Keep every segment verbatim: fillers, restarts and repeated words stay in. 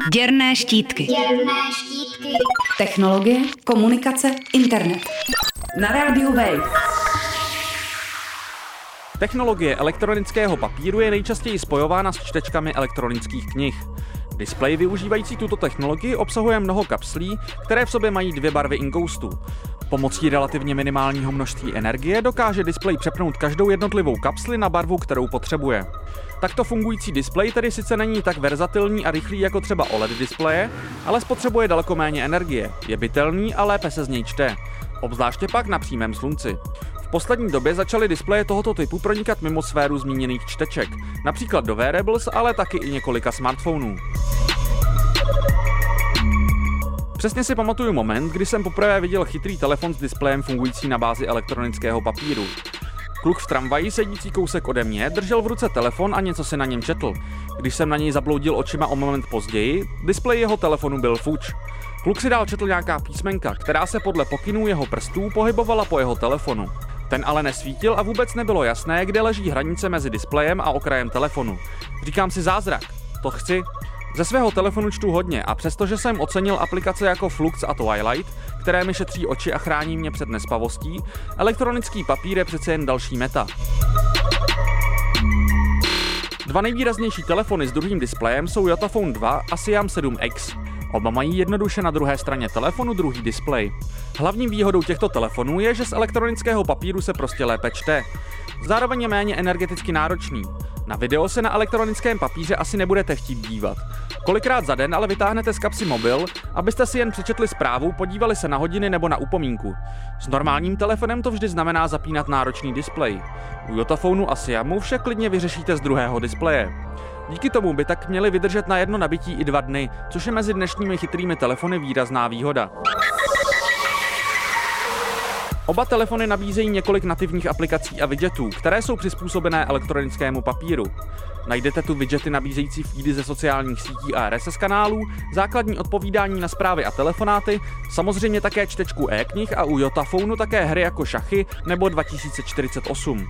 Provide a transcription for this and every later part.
Děrné štítky. Děrné štítky. Technologie, komunikace, internet. Na rádiu Wave. Technologie elektronického papíru je nejčastěji spojována s čtečkami elektronických knih. Displej využívající tuto technologii obsahuje mnoho kapslí, které v sobě mají dvě barvy inkoustu. Pomocí relativně minimálního množství energie dokáže displej přepnout každou jednotlivou kapsli na barvu, kterou potřebuje. Takto fungující displej tedy sice není tak verzatilní a rychlý jako třeba O L E D displeje, ale spotřebuje daleko méně energie, je bytelný a lépe se z něj čte. Obzvláště pak na přímém slunci. V poslední době začaly displeje tohoto typu pronikat mimo sféru zmíněných čteček, například do wearables, ale taky i několika smartphonů. Přesně si pamatuju moment, kdy jsem poprvé viděl chytrý telefon s displejem fungující na bázi elektronického papíru. Kluk v tramvaji sedící kousek ode mě držel v ruce telefon a něco si na něm četl. Když jsem na něj zabloudil očima o moment později, displej jeho telefonu byl fuč. Kluk si dál četl nějaká písmenka, která se podle pokynů jeho prstů pohybovala po jeho telefonu. Ten ale nesvítil a vůbec nebylo jasné, kde leží hranice mezi displejem a okrajem telefonu. Říkám si zázrak, to chci. Ze svého telefonu čtu hodně a přestože jsem ocenil aplikace jako Flux a Twilight, které mi šetří oči a chrání mě před nespavostí, elektronický papír je přece jen další meta. Dva nejvýraznější telefony s druhým displejem jsou Yotaphone dva a Siam sedm X. Oba mají jednoduše na druhé straně telefonu druhý displej. Hlavní výhodou těchto telefonů je, že z elektronického papíru se prostě lépe čte. Zároveň je méně energeticky náročný. Na video se na elektronickém papíře asi nebudete chtít dívat. Kolikrát za den ale vytáhnete z kapsy mobil, abyste si jen přečetli zprávu, podívali se na hodiny nebo na upomínku. S normálním telefonem to vždy znamená zapínat náročný displej. U Yotaphonu a Siamu však klidně vyřešíte z druhého displeje. Díky tomu by tak měli vydržet na jedno nabití i dva dny, což je mezi dnešními chytrými telefony výrazná výhoda. Oba telefony nabízejí několik nativních aplikací a widgetů, které jsou přizpůsobené elektronickému papíru. Najdete tu widgety nabízející feedy ze sociálních sítí a R S S kanálů, základní odpovídání na zprávy a telefonáty, samozřejmě také čtečku e-knih a u Yotaphonu také hry jako šachy nebo dva tisíce čtyřicet osm.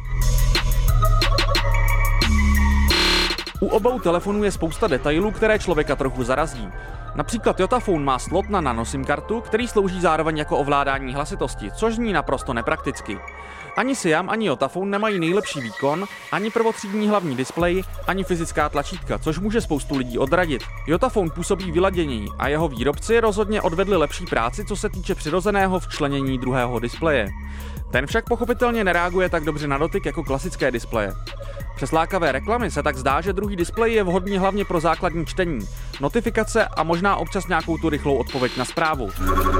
U obou telefonů je spousta detailů, které člověka trochu zarazí. Například Yotaphone má slot na nanoSIM kartu, který slouží zároveň jako ovládání hlasitosti, což zní naprosto neprakticky. Ani Siam, ani Yotaphone nemají nejlepší výkon, ani prvotřídní hlavní displej, ani fyzická tlačítka, což může spoustu lidí odradit. Yotaphone působí vyladěněji a jeho výrobci rozhodně odvedli lepší práci, co se týče přirozeného včlenění druhého displeje. Ten však pochopitelně nereaguje tak dobře na dotyk jako klasické displeje. Přes lákavé reklamy se tak zdá, že druhý displej je vhodný hlavně pro základní čtení, notifikace a možná občas nějakou tu rychlou odpověď na zprávu.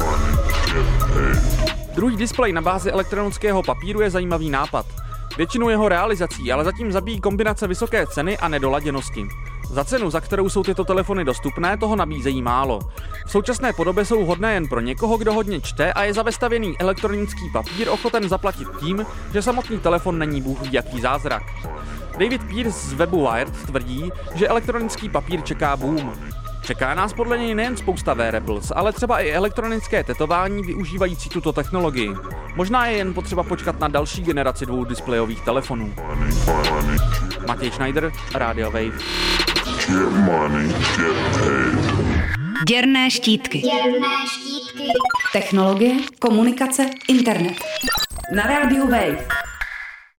Druhý displej na bázi elektronického papíru je zajímavý nápad. Většinu jeho realizací ale zatím zabíjí kombinace vysoké ceny a nedoladěnosti. Za cenu, za kterou jsou tyto telefony dostupné, toho nabízejí málo. V současné podobě jsou hodné jen pro někoho, kdo hodně čte a je za vestavěný elektronický papír ochoten zaplatit tím, že samotný telefon není bůh ví jaký zázrak. David Pierce z webu Wired tvrdí, že elektronický papír čeká boom. Čeká nás podle něj nejen spousta wearables, ale třeba i elektronické tetování využívající tuto technologii. Možná je jen potřeba počkat na další generaci dvoudisplejových telefonů. Matěj Schneider, Radio Wave. Děrné štítky. Děrné štítky. Technologie, komunikace, internet. Na rádiu Wave.